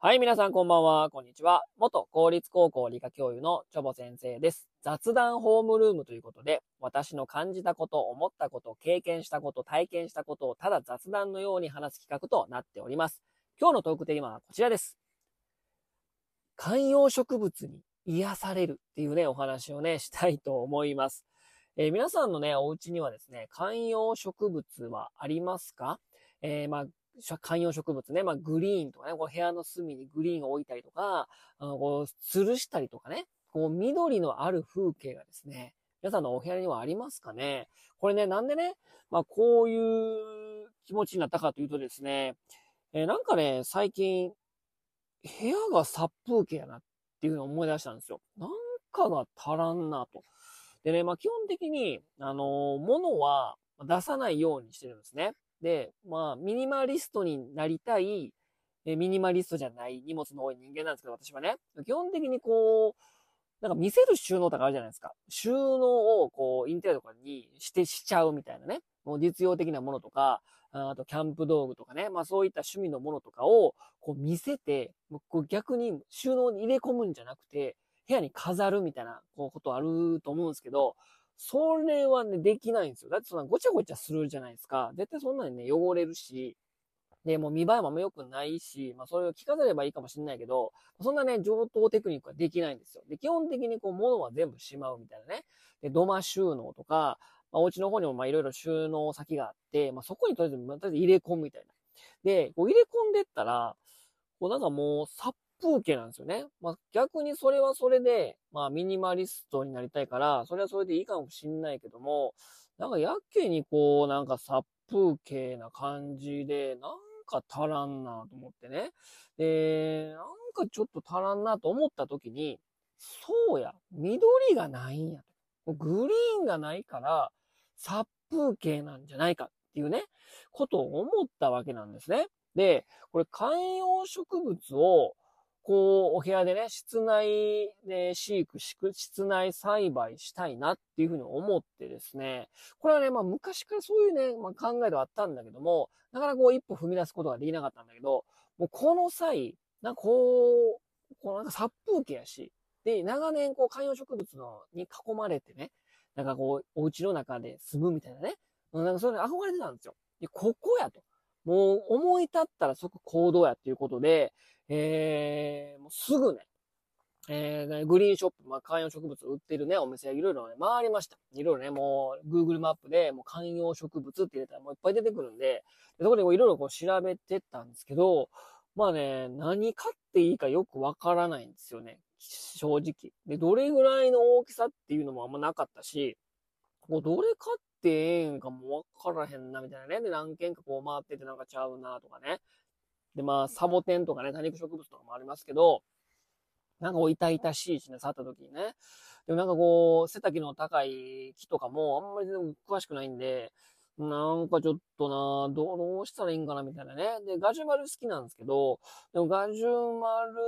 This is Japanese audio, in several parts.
はい、皆さんこんばんは、こんにちは。元公立高校理科教諭のチョボ先生です。雑談ホームルームということで、私の感じたこと、思ったこと、経験したこと、体験したことをただ雑談のように話す企画となっております。今日のトークテーマはこちらです。観葉植物に癒されるっていうね、お話をね、したいと思います。皆さんのね、お家にはですね、観葉植物はありますか？観葉植物ね、グリーンとかね、こう部屋の隅にグリーンを置いたりとか、こう、吊るしたりとかね、こう、緑のある風景がですね、皆さんのお部屋にはありますかね？これね、なんでね、こういう気持ちになったかというとですね、なんかね、最近、部屋が殺風景やなっていうのを思い出したんですよ。なんかが足らんなと。でね、基本的に、物は出さないようにしてるんですね。で、ミニマリストになりたい、ミニマリストじゃない荷物の多い人間なんですけど、私はね、基本的にこう、なんか見せる収納とかあるじゃないですか。収納をこう、インテリアとかにしちゃうみたいなね。もう実用的なものとか、あとキャンプ道具とかね。そういった趣味のものとかをこう見せて、こう逆に収納に入れ込むんじゃなくて、部屋に飾るみたいなことあると思うんですけど、それはね、できないんですよ。だってそんなごちゃごちゃするじゃないですか。絶対そんなにね、汚れるし、で、もう見栄えもあんま良くないし、それを着飾ればいいかもしれないけど、そんなね、上等テクニックはできないんですよ。で、基本的にこう、物は全部しまうみたいなね。で、土間収納とか、お家の方にもいろいろ収納先があって、そこにとりあえず入れ込むみたいな。で、こう入れ込んでったら、こうなんかもう殺風景なんですよね。逆にそれはそれで、ミニマリストになりたいから、それはそれでいいかもしんないけども、なんかやけにこう、なんか殺風景な感じで、なんか足らんなと思ってね。で、なんかちょっと足らんなと思った時に、そうや、緑がないんやと。グリーンがないから、殺風景なんじゃないかっていうね、ことを思ったわけなんですね。で、これ観葉植物を、こう、お部屋でね、室内で飼育し、室内栽培したいなっていうふうに思ってですね、これはね、昔からそういうね、考えではあったんだけども、なかなかこう一歩踏み出すことができなかったんだけど、もうこの際、なんかこうなんか殺風景やし、で、長年こう観葉植物に囲まれてね、なんかこう、お家の中で住むみたいなね、なんかそういうの憧れてたんですよ。で、ここやと。もう思い立ったら即行動やっていうことで、もうすぐね、グリーンショップ、観葉植物を売ってるね、お店いろいろね、回りました。いろいろね、もう、Google マップで、もう観葉植物って入れたらもういっぱい出てくるんで、そこでいろいろこう調べてたんですけど、何買っていいかよくわからないんですよね。正直。で、どれぐらいの大きさっていうのもあんまなかったし、どれ買ってええんかもわからへんな、みたいなね。で、何軒かこう回っててなんかちゃうな、とかね。で、サボテンとかね、多肉植物とかもありますけど、なんか痛々しいしね、触った時にね。でもなんかこう、背丈の高い木とかもあんまり全然詳しくないんで、なんかちょっとな、どうしたらいいんかなみたいなね。で、ガジュマル好きなんですけど、でもガジュマル、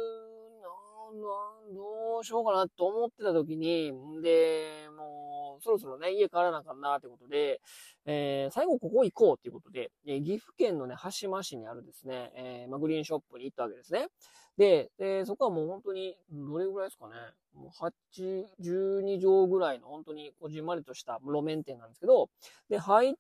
どうしようかなと思ってた時に、で、もう、そろそろね、家帰らなあかんなってことで、最後ここ行こうっていうことで、岐阜県のね、羽島市にあるですね、グリーンショップに行ったわけですね。で、そこはもう本当に、どれぐらいですかね。もう8、12畳ぐらいの本当にこじんまりとした路面店なんですけど、で、入って、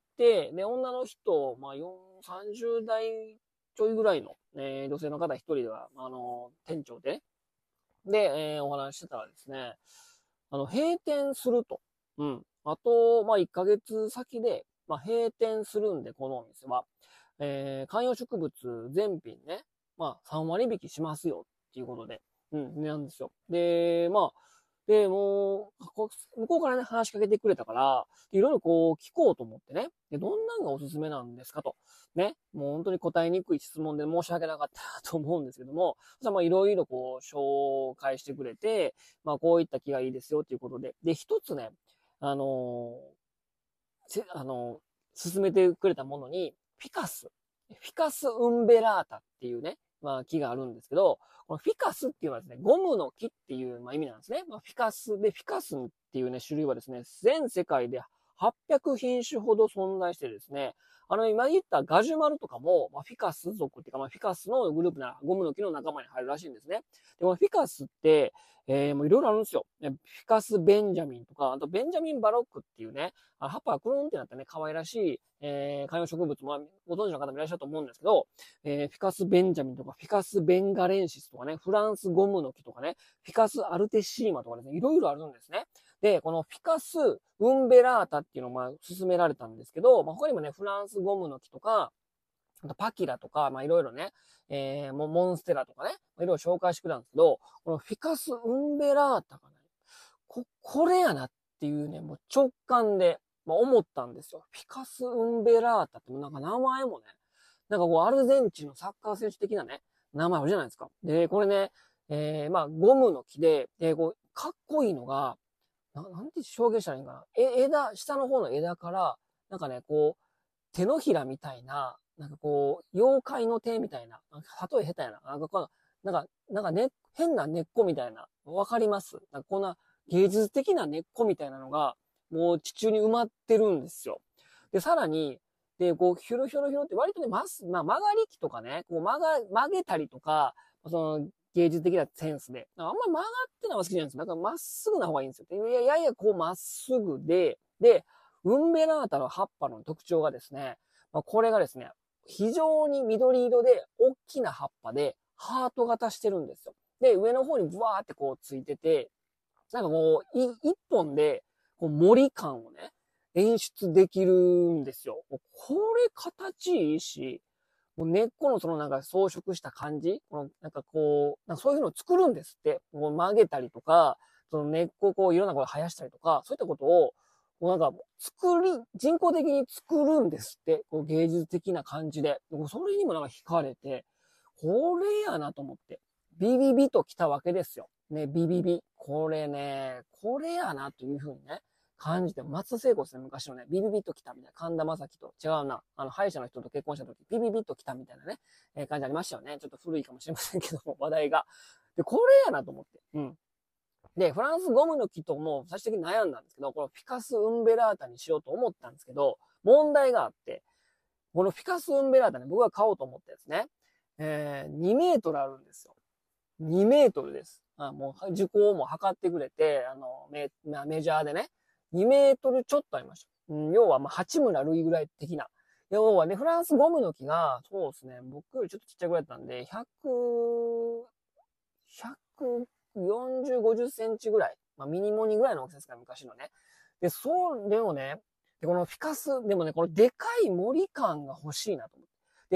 で、女の人、30代ちょいぐらいの、女性の方一人では、店長で、で、お話ししてたらですね、閉店すると。うん。あと、1ヶ月先で、閉店するんで、このお店は。観葉植物全品ね、3割引きしますよっていうことで、なんですよ。で、もう、向こうからね、話しかけてくれたから、いろいろこう聞こうと思ってね。で、どんなんがおすすめなんですかと。ね。もう本当に答えにくい質問で申し訳なかったと思うんですけども、いろいろこう紹介してくれて、こういった木がいいですよっていうことで。で、一つね、あのせあの勧めてくれたものに、フィカスウンベラータっていうね、木があるんですけど、このフィカスっていうのはですね、ゴムの木っていう、意味なんですね。フィカスっていうね、種類はですね、全世界で 800品種ほど存在してですね、今言ったガジュマルとかも、フィカス属っていうか、フィカスのグループなゴムの木の仲間に入るらしいんですね。で、このフィカスって、もういろいろあるんですよ。フィカス・ベンジャミンとか、あとベンジャミン・バロックっていうね、葉っぱがクルンってなったね、可愛らしい、観葉植物もご存知の方もいらっしゃると思うんですけど、フィカス・ベンジャミンとか、フィカス・ベンガレンシスとかね、フランスゴムの木とかね、フィカス・アルテシーマとかですね、いろいろあるんですね。で、このフィカス・ウンベラータっていうのを勧められたんですけど、他にもね、フランスゴムの木とか、あとパキラとか、いろいろね、モンステラとかね、いろいろ紹介してくれたんですけど、このフィカス・ウンベラータがね、これやなっていうね、もう直感で、思ったんですよ。フィカス・ウンベラータってなんか名前もね、なんかこうアルゼンチンのサッカー選手的なね、名前あるじゃないですか。で、これね、ゴムの木で、かっこいいのが、なんて表現したらいいんかな。下の方の枝から、なんかね、こう、手のひらみたいな、なんかこう、妖怪の手みたいな、例え下手やな。なんかね、変な根っこみたいな、わかります？なんかこんな芸術的な根っこみたいなのが、もう地中に埋まってるんですよ。で、さらに、で、こう、ヒョロヒョロヒョロって割とね、曲がり木とかね、こう曲げたりとか、その、芸術的なセンスで。あんまり曲がってのは好きじゃないんですよ。なんかまっすぐな方がいいんですよ。ややこうまっすぐで、ウンベラータの葉っぱの特徴がですね、これがですね、非常に緑色で大きな葉っぱでハート型してるんですよ。で、上の方にブワーってこうついてて、なんかこう、一本でこう森感をね、演出できるんですよ。これ形いいし、もう根っこのそのなんか装飾した感じ、なんかこう、なんかそういうのを作るんですって。こう曲げたりとか、その根っこをこういろんなこと生やしたりとか、そういったことを、もうなんか人工的に作るんですって。こう芸術的な感じで。それにもなんか惹かれて、これやなと思って。ビビビと来たわけですよ。ね、ビビビ。これね、これやなというふうにね、感じて、松聖子ですね、昔のね、ビビビッと来たみたいな、神田正輝と違うな、歯医者の人と結婚した時、ビビビッと来たみたいなね、感じありましたよね。ちょっと古いかもしれませんけども、話題が。で、これやなと思って。うん。で、フランスゴムの木とも最終的に悩んだんですけど、このフィカス・ウンベラータにしようと思ったんですけど、問題があって、このフィカス・ウンベラータね、僕が買おうと思ったやつね、2メートルあるんですよ。2メートルです。もう、樹高も測ってくれて、メジャーでね、2メートルちょっとありました。要は、八村塁ぐらい的な。要はね、フランスゴムの木が、そうですね、僕よりちょっとちっちゃいぐらいだったんで、140、50センチぐらい。ミニモニぐらいの大きさですから、昔のね。で、それをね、で、このフィカス、でもね、このでかい森感が欲しいなと思って。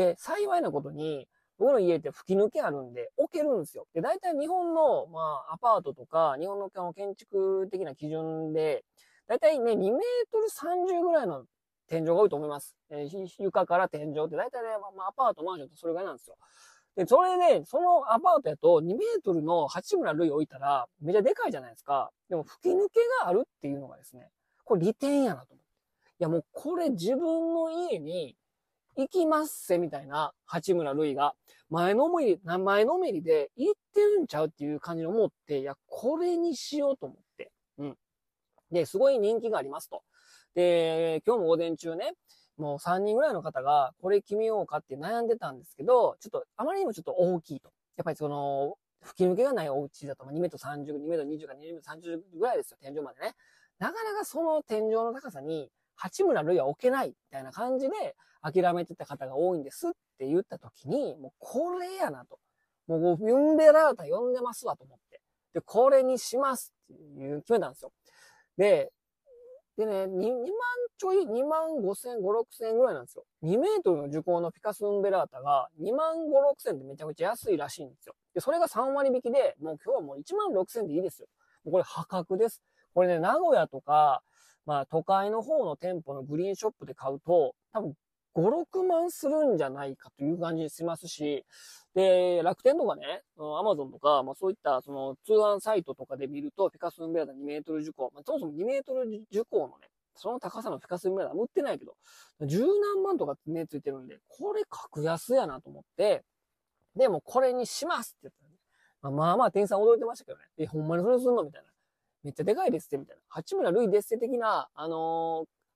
で、幸いなことに、僕の家って吹き抜けあるんで、置けるんですよ。で、大体日本の、アパートとか、日本の建築的な基準で、大体ね、2メートル30ぐらいの天井が多いと思います。床から天井って大体ね、アパート、マンションってそれぐらいなんですよ。で、それで、そのアパートやと2メートルの八村塁置いたら、めちゃでかいじゃないですか。でも吹き抜けがあるっていうのがですね、これ利点やなと思って。いやもうこれ自分の家に行きますせみたいな八村塁が前のめりで行ってるんちゃうっていう感じに思って、いや、これにしようと思って。うん。で、すごい人気がありますと。で、今日も午前中ね、もう3人ぐらいの方がこれ決めようかって悩んでたんですけど、ちょっとあまりにもちょっと大きいと。やっぱりその、吹き抜けがないお家だと2メートル30、2メートル20か2メートル30ぐらいですよ、天井までね。なかなかその天井の高さに八村塁は置けないみたいな感じで諦めてた方が多いんですって言った時に、もうこれやなと。もう呼んでられたら呼んでますわと思って。で、これにしますっていう決めたんですよ。で、ね、2万ちょい、2万5千、5、6千ぐらいなんですよ。2メートルの樹高のピカス・ウンベラータが2万5、6千ってめちゃくちゃ安いらしいんですよ。で、それが3割引きで、もう今日はもう1万6千でいいですよ。もうこれ破格です。これね、名古屋とか、都会の方の店舗のグリーンショップで買うと、多分5、6万するんじゃないかという感じしますし、で、楽天とかね、アマゾンとか、そういったその通販サイトとかで見ると、ピカスウンベラータ2メートル樹高、そもそも2メートル樹高のね、その高さのピカスウンベラータ売ってないけど、十何万とか目ついてるんで、これ格安やなと思って、でもこれにしますって言ったらね、まあ店員さん驚いてましたけどね、ほんまにそれすんのみたいな。めっちゃでかいですって、みたいな。八村塁ですって的な、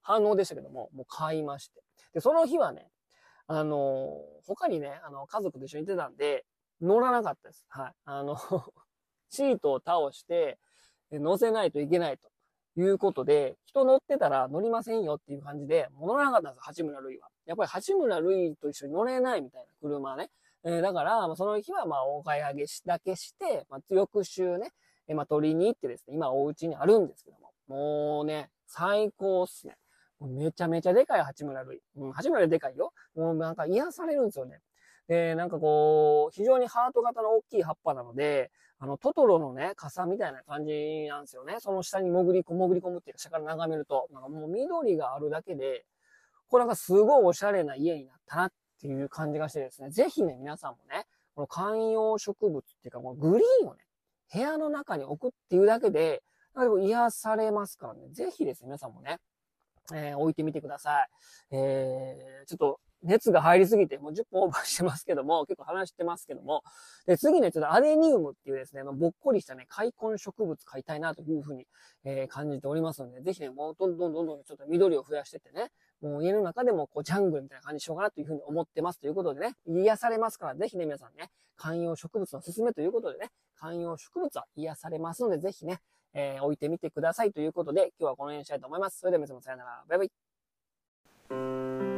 反応でしたけども、もう買いまして。で、その日はね、他にね、家族と一緒に行ってたんで、乗らなかったです。はい。シートを倒して、乗せないといけないということで、人乗ってたら乗りませんよっていう感じで、もう乗らなかったんですよ、八村塁は。やっぱり八村塁と一緒に乗れないみたいな車ね。だから、その日はお買い上げだけして、翌週ね、取りに行ってですね、今お家にあるんですけども、もうね、最高っすね。めちゃめちゃでかい八村塁。八村塁でかいよ。もうなんか癒されるんですよね。で、なんかこう、非常にハート型の大きい葉っぱなので、トトロのね、傘みたいな感じなんですよね。その下に潜り込むっていうか、下から眺めると、なんかもう緑があるだけで、これなんかすごいおしゃれな家になったなっていう感じがしてですね、ぜひね、皆さんもね、この観葉植物っていうか、もうグリーンをね、部屋の中に置くっていうだけで、癒されますからね、ぜひですね、皆さんもね、置いてみてください。ちょっと熱が入りすぎて、もう10分オーバーしてますけども、結構話してますけども、で、次ね、ちょっとアデニウムっていうですね、ぼっこりしたね、開墾植物飼いたいなというふうに、感じておりますので、ぜひね、もうどんどんちょっと緑を増やしてってね、もう家の中でもこうジャングルみたいな感じにしようかなというふうに思ってますということでね、癒されますから、ぜひね、皆さんね、観葉植物のすすめということでね、観葉植物は癒されますので、ぜひね、置いてみてくださいということで、今日はこの辺にしたいと思います。それでは皆様さよなら。バイバイ。